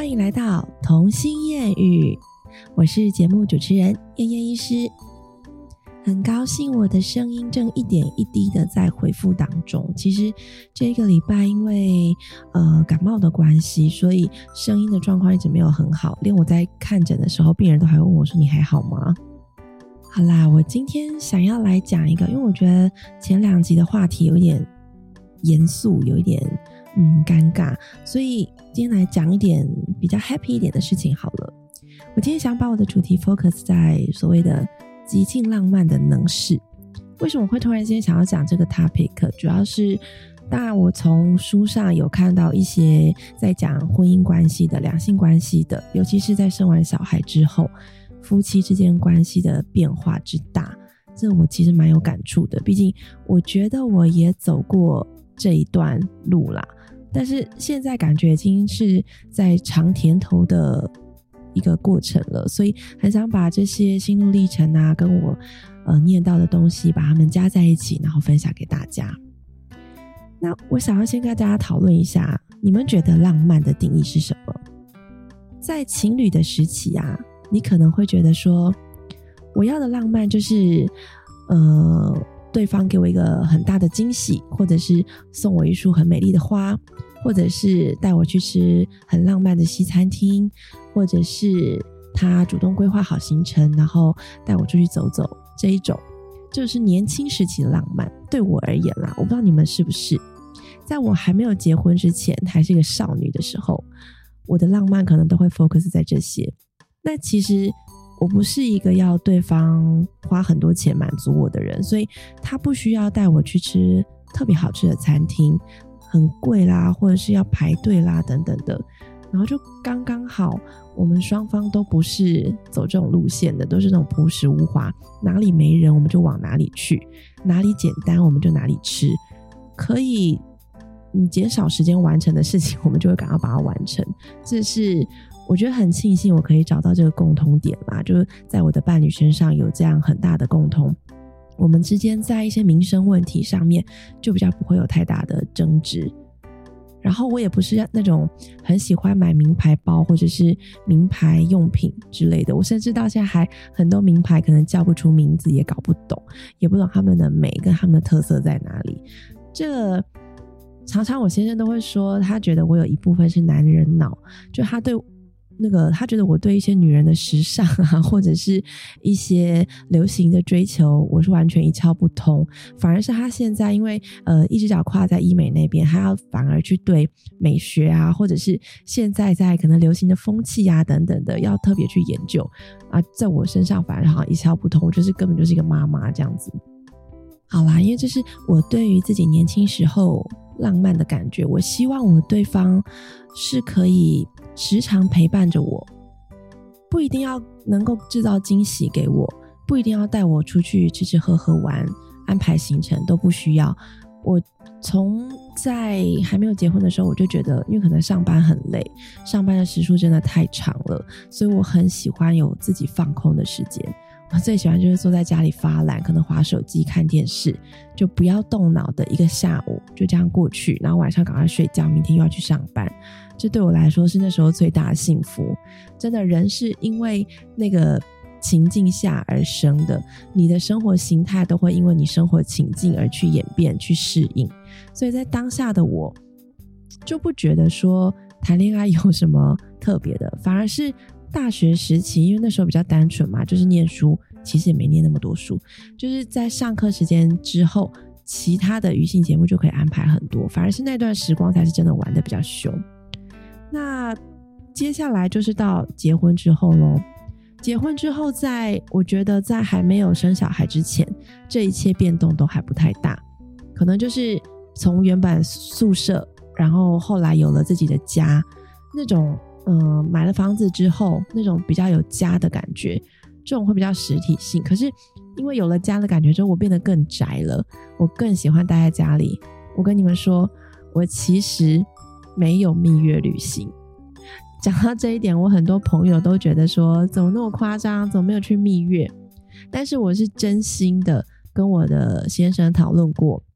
欢迎来到童心谚语，我是节目主持人燕燕医师。很高兴我的声音正一点一滴的在恢复当中。其实这个礼拜因为感冒的关系，所以声音的状况一直没有很好，连我在看诊的时候病人都还问我说你还好吗？好啦，我今天想要来讲一个，因为我觉得前2集的话题有一点严肃，有一点尴尬，所以今天来讲一点比较 happy 一点的事情好了。我今天想把我的主题 focus 在所谓的极尽浪漫的能事。为什么会突然间想要讲这个 topic？ 主要是当然我从书上有看到一些在讲婚姻关系的、两性关系的，尤其是在生完小孩之后夫妻之间关系的变化之大，这我其实蛮有感触的。毕竟我觉得我也走过这一段路啦，但是现在感觉已经是在尝甜头的一个过程了，所以很想把这些心路历程啊，跟我念到的东西把它们加在一起，然后分享给大家。那我想要先跟大家讨论一下，你们觉得浪漫的定义是什么？在情侣的时期啊，你可能会觉得说，我要的浪漫就是对方给我一个很大的惊喜，或者是送我一束很美丽的花，或者是带我去吃很浪漫的西餐厅，或者是他主动规划好行程，然后带我出去走走，这一种就是年轻时期的浪漫。对我而言啦，我不知道你们是不是，在我还没有结婚之前，还是一个少女的时候，我的浪漫可能都会 focus 在这些。那其实我不是一个要对方花很多钱满足我的人，所以他不需要带我去吃特别好吃的餐厅，很贵啦，或者是要排队啦等等的，然后就刚刚好我们双方都不是走这种路线的，都是那种朴实无华，哪里没人我们就往哪里去，哪里简单我们就哪里吃，可以减少时间完成的事情我们就会赶快把它完成。这是我觉得很庆幸我可以找到这个共同点啦，就是在我的伴侣身上有这样很大的共同，我们之间在一些民生问题上面就比较不会有太大的争执。然后我也不是那种很喜欢买名牌包或者是名牌用品之类的，我甚至到现在还很多名牌可能叫不出名字，也搞不懂，也不懂他们的美跟他们的特色在哪里。这个常常我先生都会说，他觉得我有一部分是男人脑，就他觉得我对一些女人的时尚啊，或者是一些流行的追求，我是完全一窍不通。反而是他现在因为一只脚跨在医美那边，他要反而去对美学啊，或者是现在在可能流行的风气啊等等的，要特别去研究啊，在我身上反而好像一窍不通，我就是根本就是一个妈妈这样子。好啦，因为这是我对于自己年轻时候浪漫的感觉，我希望我对方是可以时常陪伴着我，不一定要能够制造惊喜给我，不一定要带我出去吃吃喝喝玩，安排行程都不需要。我从在还没有结婚的时候，我就觉得因为可能上班很累，上班的时数真的太长了，所以我很喜欢有自己放空的时间。我最喜欢就是坐在家里发懒，可能滑手机看电视，就不要动脑的一个下午就这样过去，然后晚上赶快睡觉，明天又要去上班。这对我来说是那时候最大的幸福。真的，人是因为那个情境下而生的，你的生活形态都会因为你生活情境而去演变去适应。所以在当下的我就不觉得说谈恋爱有什么特别的，反而是大学时期，因为那时候比较单纯嘛，就是念书，其实也没念那么多书，就是在上课时间之后，其他的娱性节目就可以安排很多，反而是那段时光才是真的玩得比较凶。那接下来就是到结婚之后咯，结婚之后我觉得在还没有生小孩之前，这一切变动都还不太大，可能就是从原本宿舍，然后后来有了自己的家，那种买了房子之后那种比较有家的感觉，这种会比较实体性。可是因为有了家的感觉之后，我变得更宅了，我更喜欢待在家里。我跟你们说，我其实没有蜜月旅行。讲到这一点，我很多朋友都觉得说怎么那么夸张，怎么没有去蜜月。但是我是真心的跟我的先生讨论过，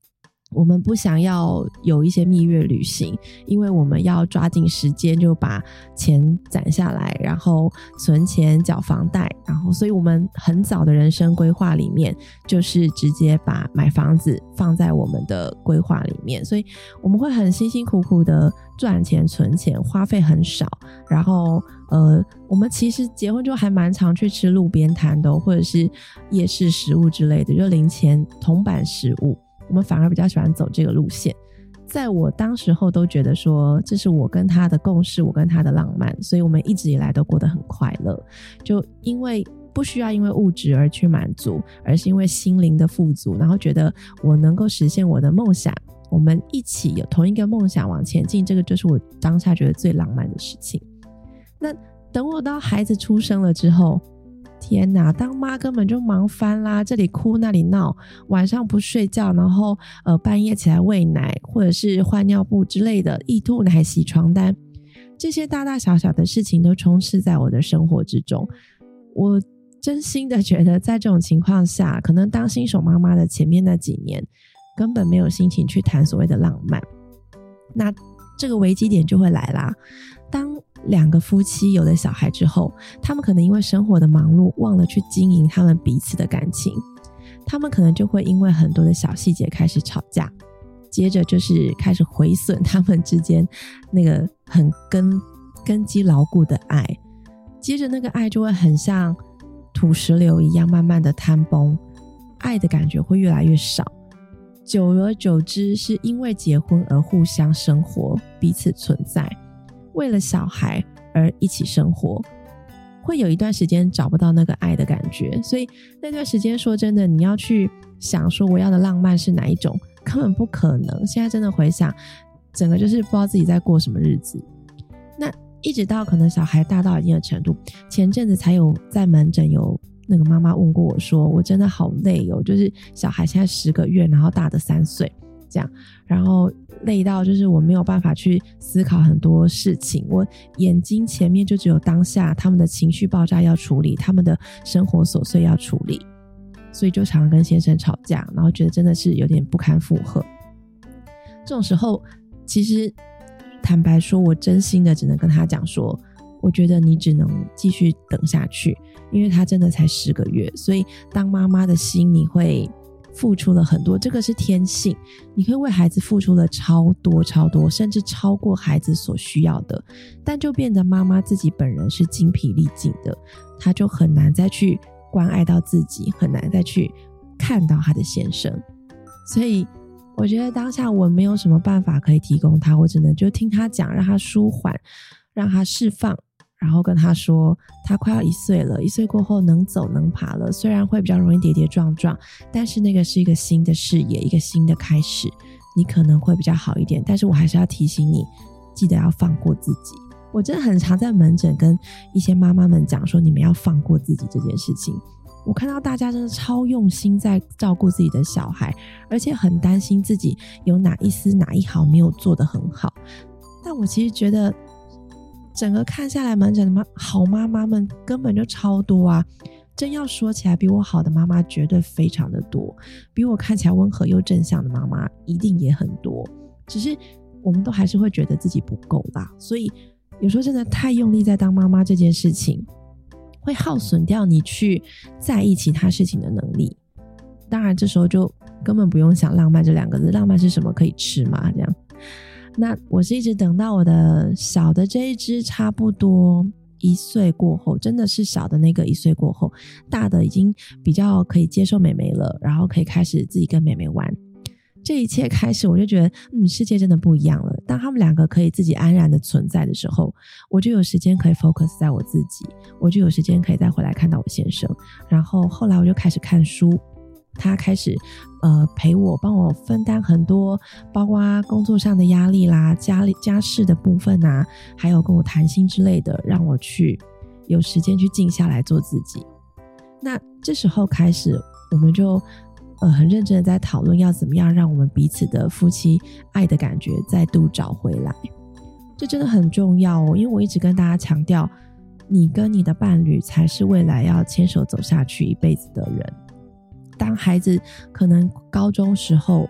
我们不想要有一些蜜月旅行，因为我们要抓紧时间就把钱攒下来，然后存钱缴房贷，然后所以我们很早的人生规划里面就是直接把买房子放在我们的规划里面，所以我们会很辛辛苦苦的赚钱存钱，花费很少，然后我们其实结婚就还蛮常去吃路边摊的，或者是夜市食物之类的，就零钱铜板食物，我们反而比较喜欢走这个路线。在我当时候都觉得说这是我跟他的共识，我跟他的浪漫，所以我们一直以来都过得很快乐，就因为不需要因为物质而去满足，而是因为心灵的富足，然后觉得我能够实现我的梦想，我们一起有同一个梦想往前进，这个就是我当下觉得最浪漫的事情。那等我到孩子出生了之后，天哪，当妈根本就忙翻啦，这里哭那里闹，晚上不睡觉，然后半夜起来喂奶或者是换尿布之类的，一吐奶洗床单，这些大大小小的事情都充斥在我的生活之中。我真心的觉得在这种情况下，可能当新手妈妈的前面那几年根本没有心情去谈所谓的浪漫。那这个危机点就会来啦，当两个夫妻有了小孩之后，他们可能因为生活的忙碌忘了去经营他们彼此的感情，他们可能就会因为很多的小细节开始吵架，接着就是开始毁损他们之间那个很根基牢固的爱，接着那个爱就会很像土石流一样慢慢的坍崩，爱的感觉会越来越少，久而久之是因为结婚而互相生活，彼此存在，为了小孩而一起生活，会有一段时间找不到那个爱的感觉，所以那段时间说真的，你要去想说我要的浪漫是哪一种，根本不可能。现在真的回想，整个就是不知道自己在过什么日子。那一直到可能小孩大到一定的程度，前阵子才有在门诊有那个妈妈问过我说，我真的好累哦，就是小孩现在10个月，然后大的3岁这样，然后累到就是我没有办法去思考很多事情，我眼睛前面就只有当下他们的情绪爆炸要处理，他们的生活琐碎要处理，所以就常常跟先生吵架，然后觉得真的是有点不堪负荷。这种时候其实坦白说，我真心的只能跟他讲说，我觉得你只能继续等下去，因为他真的才10个月，所以当妈妈的心你会付出了很多，这个是天性，你会为孩子付出了超多，甚至超过孩子所需要的，但就变得妈妈自己本人是精疲力尽的，她就很难再去关爱到自己，很难再去看到她的先生。所以我觉得当下我没有什么办法可以提供他，我只能就听他讲，让他舒缓，让他释放，然后跟他说他快要1岁了，1岁过后能走能爬了，虽然会比较容易跌跌撞撞，但是那个是一个新的视野，一个新的开始，你可能会比较好一点，但是我还是要提醒你，记得要放过自己。我真的很常在门诊跟一些妈妈们讲说，你们要放过自己这件事情。我看到大家真的超用心在照顾自己的小孩，而且很担心自己有哪一丝哪一毫没有做得很好，但我其实觉得整个看下来，门诊的好妈妈们根本就超多啊！真要说起来，比我好的妈妈绝对非常的多，比我看起来温和又正向的妈妈一定也很多，只是我们都还是会觉得自己不够啦。所以有时候真的太用力在当妈妈这件事情，会耗损掉你去在意其他事情的能力。当然这时候就根本不用想浪漫这2个字，浪漫是什么？可以吃吗？这样。那我是一直等到我的小的这一只差不多1岁过后，真的是小的那个1岁过后，大的已经比较可以接受妹妹了，然后可以开始自己跟妹妹玩。这一切开始我就觉得世界真的不一样了。当他们2个可以自己安然的存在的时候，我就有时间可以 focus 在我自己，我就有时间可以再回来看到我先生。然后后来我就开始看书，他开始陪我，帮我分担很多，包括工作上的压力啦，家事的部分啊，还有跟我谈心之类的，让我去有时间去静下来做自己。那这时候开始我们就很认真的在讨论要怎么样让我们彼此的夫妻爱的感觉再度找回来。这真的很重要哦，因为我一直跟大家强调，你跟你的伴侣才是未来要牵手走下去一辈子的人。当孩子可能高中时候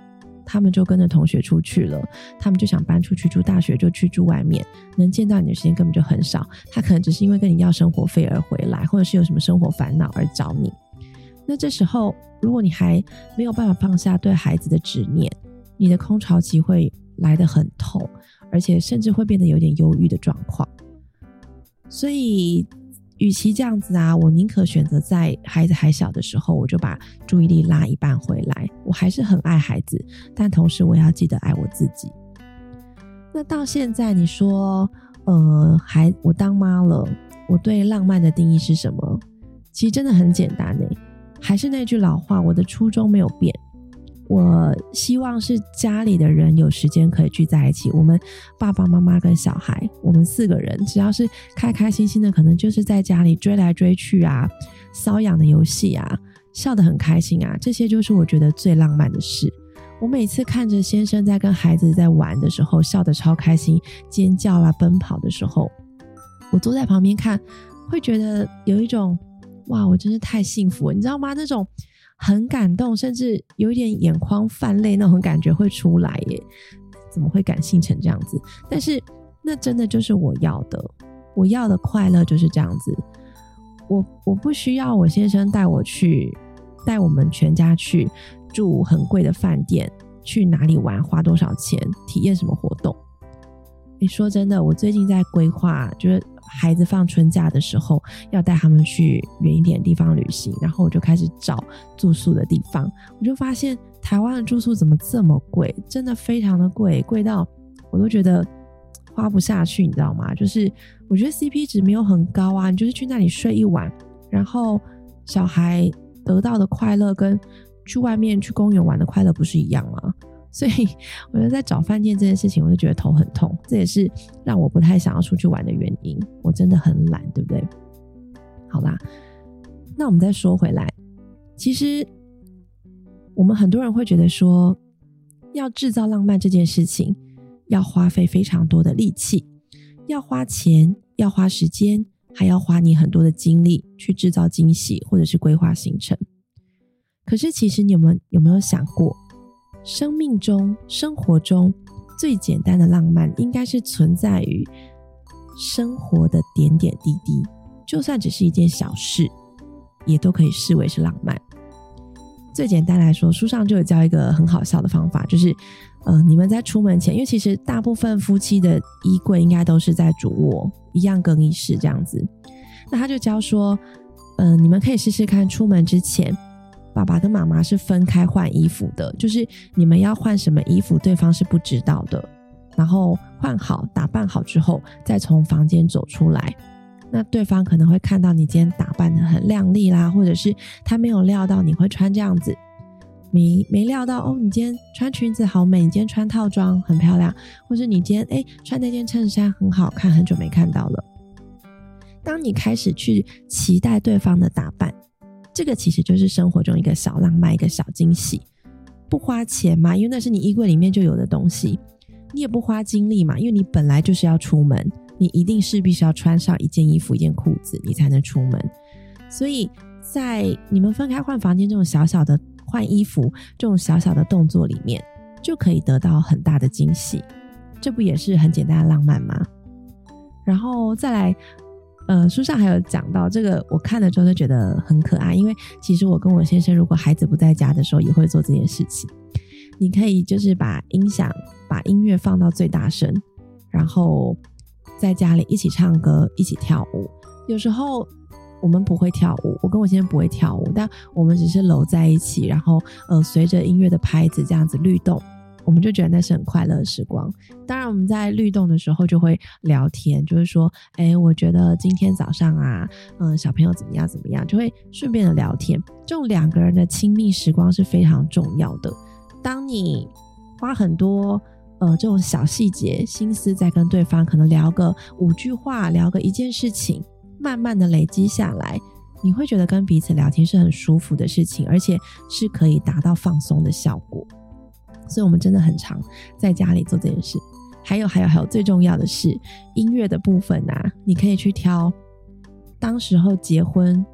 他们就跟着同学出去了，他们就想搬出去住大学就去住外面，能见到你的时间根本就很少，他可能只是因为跟你要生活费而回来，或者是有什么生活烦恼而找你。那这时候如果你还没有办法放下对孩子的执念，你的空巢期会来得很痛，而且甚至会变得有点忧郁的状况。所以与其这样子啊，我宁可选择在孩子还小的时候，我就把注意力拉一半回来。我还是很爱孩子，但同时我也要记得爱我自己。那到现在你说我当妈了，我对浪漫的定义是什么？其实真的很简单耶，还是那句老话，我的初衷没有变。我希望是家里的人有时间可以聚在一起，我们爸爸妈妈跟小孩，我们4个人只要是开开心心的，可能就是在家里追来追去啊，瘙痒的游戏啊，笑得很开心啊，这些就是我觉得最浪漫的事。我每次看着先生在跟孩子在玩的时候笑得超开心，尖叫啦奔跑的时候，我坐在旁边看，会觉得有一种哇，我真是太幸福了，你知道吗？那种很感动，甚至有一点眼眶泛泪那种感觉会出来耶，怎么会感性成这样子？但是那真的就是我要的快乐就是这样子。我不需要我先生带我们全家去住很贵的饭店，去哪里玩，花多少钱，体验什么活动。说真的，我最近在规划，就是孩子放春假的时候要带他们去远一点的地方旅行，然后我就开始找住宿的地方，我就发现台湾的住宿怎么这么贵，真的非常的贵，贵到我都觉得花不下去，你知道吗？就是我觉得 CP 值没有很高啊，你就是去那里睡一晚，然后小孩得到的快乐跟去外面去公园玩的快乐不是一样吗？所以我觉得在找饭店这件事情，我就觉得头很痛，这也是让我不太想要出去玩的原因。我真的很懒，对不对？好啦，那我们再说回来，其实我们很多人会觉得说，要制造浪漫这件事情，要花费非常多的力气，要花钱，要花时间，还要花你很多的精力去制造惊喜，或者是规划行程。可是其实你有没有想过，生命中生活中最简单的浪漫应该是存在于生活的点点滴滴，就算只是一件小事也都可以视为是浪漫。最简单来说，书上就有教一个很好笑的方法，就是你们在出门前，因为其实大部分夫妻的衣柜应该都是在主卧一样更衣室这样子，那他就教说你们可以试试看，出门之前爸爸跟妈妈是分开换衣服的，就是你们要换什么衣服对方是不知道的，然后换好打扮好之后再从房间走出来，那对方可能会看到你今天打扮得很亮丽啦，或者是他没有料到你会穿这样子，没料到你今天穿裙子好美，你今天穿套装很漂亮，或是你今天穿那件衬衫很好看，很久没看到了。当你开始去期待对方的打扮，这个其实就是生活中一个小浪漫，一个小惊喜。不花钱嘛，因为那是你衣柜里面就有的东西，你也不花精力嘛，因为你本来就是要出门，你一定势必是要穿上一件衣服一件裤子你才能出门，所以在你们分开换房间这种小小的换衣服这种小小的动作里面，就可以得到很大的惊喜，这不也是很简单的浪漫吗？然后再来书上还有讲到这个，我看了之后就觉得很可爱，因为其实我跟我先生如果孩子不在家的时候也会做这件事情。你可以就是把音乐放到最大声，然后在家里一起唱歌一起跳舞。有时候我们不会跳舞，我跟我先生不会跳舞，但我们只是搂在一起，然后随着音乐的拍子这样子律动，我们就觉得那是很快乐的时光。当然我们在律动的时候就会聊天，就是说我觉得今天早上啊小朋友怎么样怎么样，就会顺便的聊天。这种两个人的亲密时光是非常重要的。当你花很多这种小细节心思在跟对方可能聊个5句话，聊个一件事情，慢慢的累积下来，你会觉得跟彼此聊天是很舒服的事情，而且是可以达到放松的效果。所以我们真的很常在家里做这件事。还有最重要的是音乐的部分啊，你可以去挑当时候结婚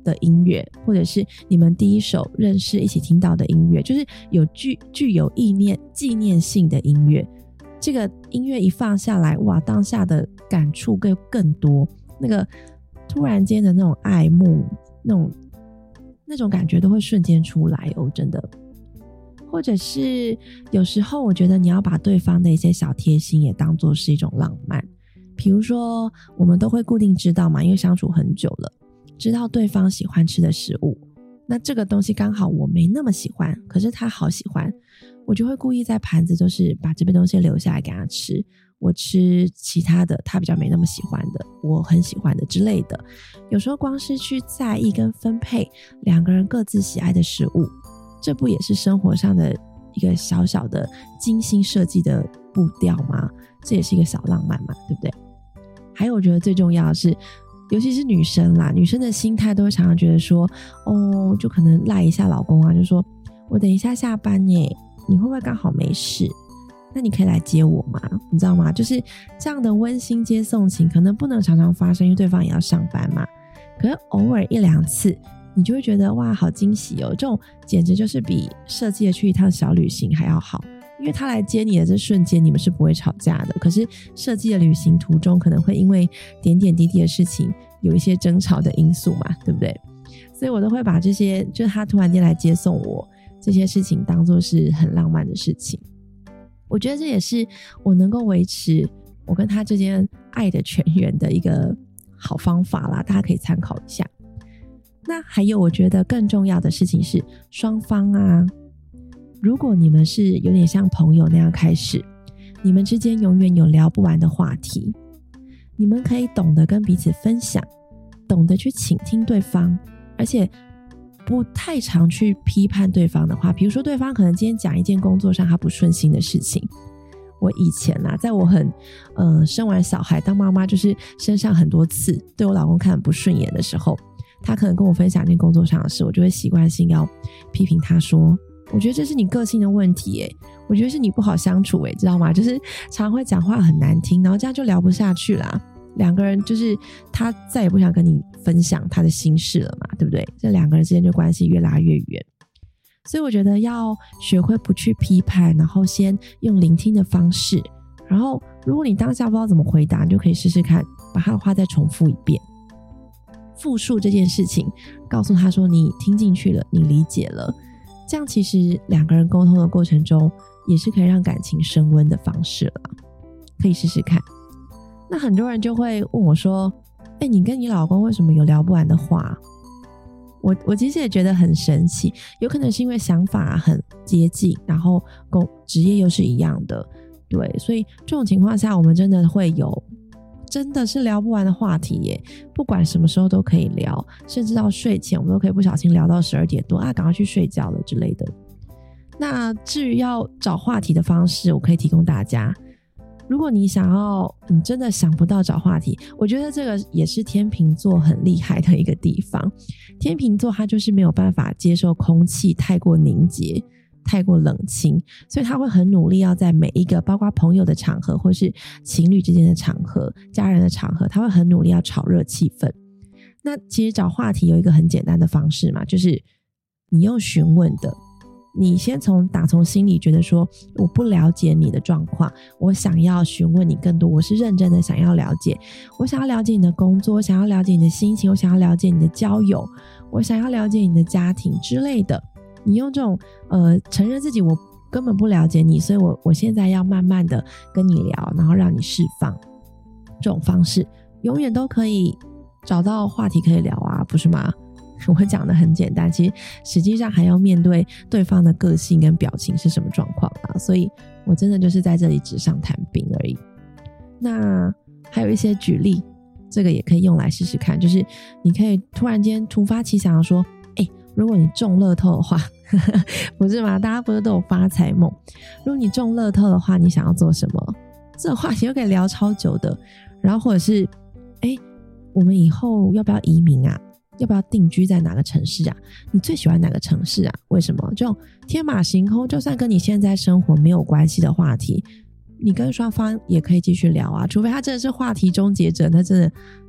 的音乐，或者是你们第一首认识一起听到的音乐，就是有具有纪念性的音乐。这个音乐一放下来，哇，当下的感触更多，那个突然间的那种爱慕，那种感觉都会瞬间出来哦，真的。或者是有时候我觉得你要把对方的一些小贴心也当作是一种浪漫。比如说我们都会固定知道嘛，因为相处很久了，知道对方喜欢吃的食物，那这个东西刚好我没那么喜欢，可是他好喜欢，我就会故意在盘子就是把这边东西留下来给他吃，我吃其他的他比较没那么喜欢的，我很喜欢的之类的。有时候光是去在意跟分配两个人各自喜爱的食物，这不也是生活上的一个小小的精心设计的步调吗？这也是一个小浪漫嘛，对不对？还有我觉得最重要的是，尤其是女生啦，女生的心态都会常常觉得说，就可能赖一下老公啊，就说我等一下下班耶，你会不会刚好没事？那你可以来接我吗？你知道吗？就是这样的温馨接送情可能不能常常发生，因为对方也要上班嘛。可是偶尔一两次，你就会觉得哇，好惊喜哦！这种简直就是比设计的去一趟小旅行还要好，因为他来接你的这瞬间，你们是不会吵架的。可是设计的旅行途中，可能会因为点点滴滴的事情有一些争吵的因素嘛，对不对？所以我都会把这些，就是他突然间来接送我这些事情，当作是很浪漫的事情。我觉得这也是我能够维持我跟他之间爱的泉源的一个好方法啦，大家可以参考一下。那还有我觉得更重要的事情是，双方啊，如果你们是有点像朋友那样开始，你们之间永远有聊不完的话题，你们可以懂得跟彼此分享，懂得去倾听对方，而且不太常去批判对方的话。比如说对方可能今天讲一件工作上他不顺心的事情，我以前啊，在我很生完小孩当妈妈，就是身上很多刺，对我老公看很不顺眼的时候，他可能跟我分享一件工作上的事，我就会习惯性要批评他说，我觉得这是你个性的问题耶，我觉得是你不好相处耶，知道吗？就是常会讲话很难听，然后这样就聊不下去啦。两个人就是他再也不想跟你分享他的心事了嘛，对不对？这两个人之间就关系越拉越远。所以我觉得要学会不去批判，然后先用聆听的方式，然后如果你当下不知道怎么回答，你就可以试试看把他的话再重复一遍，复述这件事情，告诉他说你听进去了，你理解了。这样其实两个人沟通的过程中也是可以让感情升温的方式啦，可以试试看。那很多人就会问我说，你跟你老公为什么有聊不完的话？我其实也觉得很神奇，有可能是因为想法很接近，然后职业又是一样的，对，所以这种情况下我们真的会有真的是聊不完的话题耶，不管什么时候都可以聊，甚至到睡前我们都可以不小心聊到12点多啊，赶快去睡觉了之类的。那至于要找话题的方式，我可以提供大家。如果你真的想不到找话题，我觉得这个也是天秤座很厉害的一个地方。天秤座他就是没有办法接受空气太过凝结，太过冷清，所以他会很努力要在每一个包括朋友的场合，或是情侣之间的场合，家人的场合，他会很努力要炒热气氛。那其实找话题有一个很简单的方式嘛，就是你用询问的，你先打从心里觉得说，我不了解你的状况，我想要询问你更多，我是认真的想要了解，我想要了解你的工作，我想要了解你的心情，我想要了解你的交友，我想要了解你的家庭之类的。你用这种承认自己我根本不了解你，所以我现在要慢慢的跟你聊，然后让你释放，这种方式永远都可以找到话题可以聊啊，不是吗？我讲的很简单，其实实际上还要面对对方的个性跟表情是什么状况啊，所以我真的就是在这里纸上谈兵而已。那还有一些举例，这个也可以用来试试看，就是你可以突然间突发奇想说，如果你中乐透的话不是吗？大家不是都有发财梦，如果你中乐透的话，你想要做什么？这个话题就可以聊超久的。然后或者是我们以后要不要移民啊？要不要定居在哪个城市啊？你最喜欢哪个城市啊？为什么？这种天马行空，就算跟你现在生活没有关系的话题，你跟双方也可以继续聊啊，除非他真的是话题终结者，那真的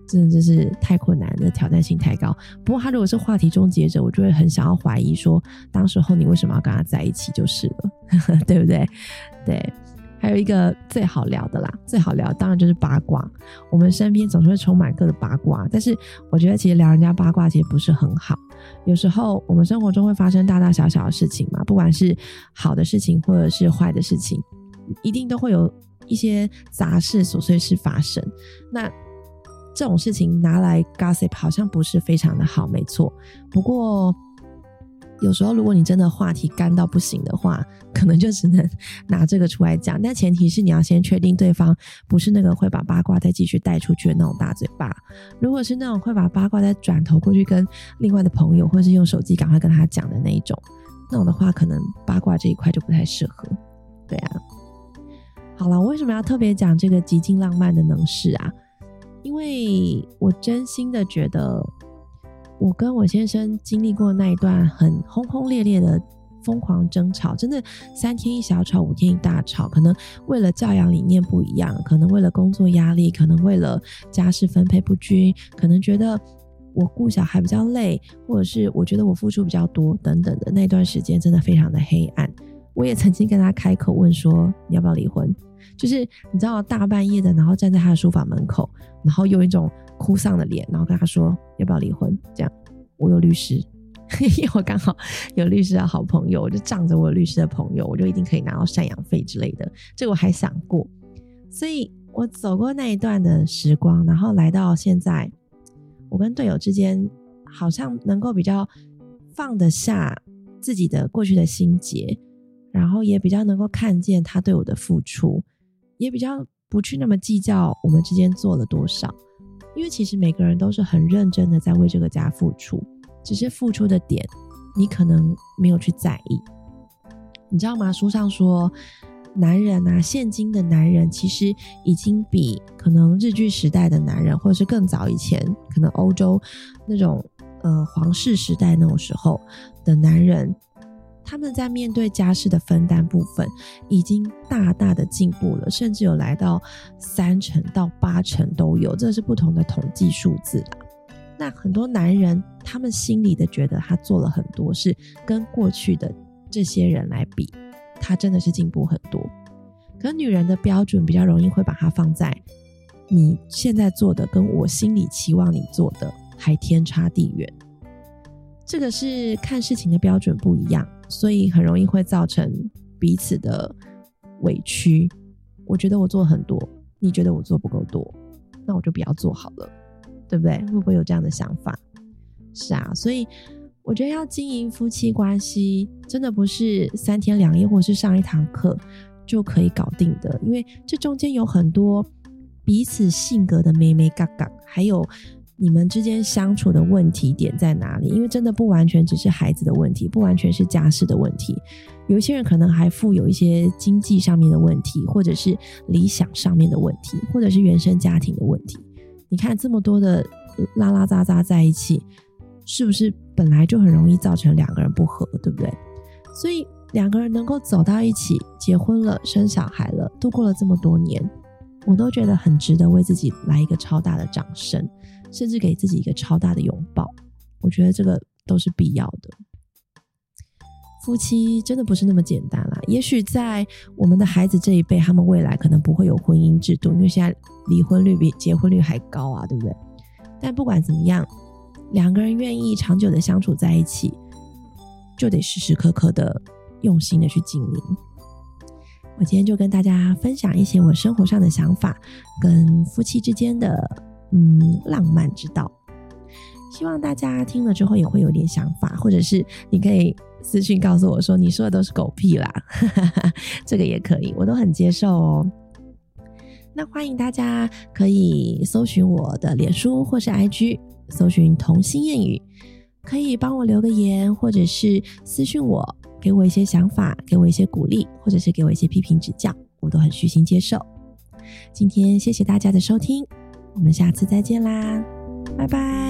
真的就是太困难了，挑战性太高。不过他如果是话题终结者，我就会很想要怀疑说，当时候你为什么要跟他在一起就是了对不对？对。还有一个最好聊的啦，最好聊当然就是八卦。我们身边总是会充满各的八卦，但是我觉得其实聊人家八卦其实不是很好。有时候我们生活中会发生大大小小的事情嘛，不管是好的事情或者是坏的事情，一定都会有一些杂事琐碎事发生。那这种事情拿来 gossip 好像不是非常的好，没错。不过有时候如果你真的话题干到不行的话，可能就只能拿这个出来讲，但前提是你要先确定对方不是那个会把八卦再继续带出去的那种大嘴巴。如果是那种会把八卦再转头过去跟另外的朋友或是用手机赶快跟他讲的那一种，那种的话可能八卦这一块就不太适合。对啊，好了，我为什么要特别讲这个极尽浪漫的能事啊？因为我真心的觉得我跟我先生经历过那一段很轰轰烈烈的疯狂争吵，真的3天一小吵5天一大吵，可能为了教养理念不一样，可能为了工作压力，可能为了家事分配不均，可能觉得我顾小孩比较累，或者是我觉得我付出比较多等等的，那段时间真的非常的黑暗。我也曾经跟他开口问说你要不要离婚，就是你知道大半夜的，然后站在他的书房门口，然后用一种哭丧的脸，然后跟他说要不要离婚，这样。我有律师因为我刚好有律师的好朋友，我就仗着我有律师的朋友，我就一定可以拿到赡养费之类的，这个我还想过。所以我走过那一段的时光，然后来到现在，我跟队友之间好像能够比较放得下自己的过去的心结，然后也比较能够看见他对我的付出，也比较不去那么计较我们之间做了多少。因为其实每个人都是很认真的在为这个家付出，只是付出的点你可能没有去在意。你知道吗？书上说男人啊，现今的男人其实已经比可能日据时代的男人，或者是更早以前可能欧洲那种皇室时代那种时候的男人，他们在面对家事的分担部分已经大大的进步了，甚至有来到30%到80%都有，这是不同的统计数字啦。那很多男人他们心里的觉得他做了很多事，跟过去的这些人来比，他真的是进步很多。可女人的标准比较容易会把它放在你现在做的跟我心里期望你做的还天差地远，这个是看事情的标准不一样，所以很容易会造成彼此的委屈。我觉得我做很多，你觉得我做不够多，那我就不要做好了，对不对？会不会有这样的想法？是啊，所以我觉得要经营夫妻关系真的不是3天2夜或是上一堂课就可以搞定的，因为这中间有很多彼此性格的眉眉角角，还有你们之间相处的问题点在哪里。因为真的不完全只是孩子的问题，不完全是家事的问题，有一些人可能还负有一些经济上面的问题，或者是理想上面的问题，或者是原生家庭的问题。你看这么多的拉拉杂杂在一起，是不是本来就很容易造成2个人不合，对不对？所以2个人能够走到一起，结婚了，生小孩了，度过了这么多年，我都觉得很值得为自己来一个超大的掌声，甚至给自己一个超大的拥抱。我觉得这个都是必要的。夫妻真的不是那么简单啦，也许在我们的孩子这一辈，他们未来可能不会有婚姻制度，因为现在离婚率比结婚率还高啊，对不对？但不管怎么样，2个人愿意长久的相处在一起，就得时时刻刻的用心的去经营。我今天就跟大家分享一些我生活上的想法，跟夫妻之间的浪漫之道。希望大家听了之后也会有点想法，或者是你可以私讯告诉我说你说的都是狗屁啦这个也可以，我都很接受哦。那欢迎大家可以搜寻我的脸书或是 IG， 搜寻童心谚语，可以帮我留个言，或者是私讯我，给我一些想法，给我一些鼓励，或者是给我一些批评指教，我都很虚心接受。今天谢谢大家的收听，我们下次再见啦，拜拜。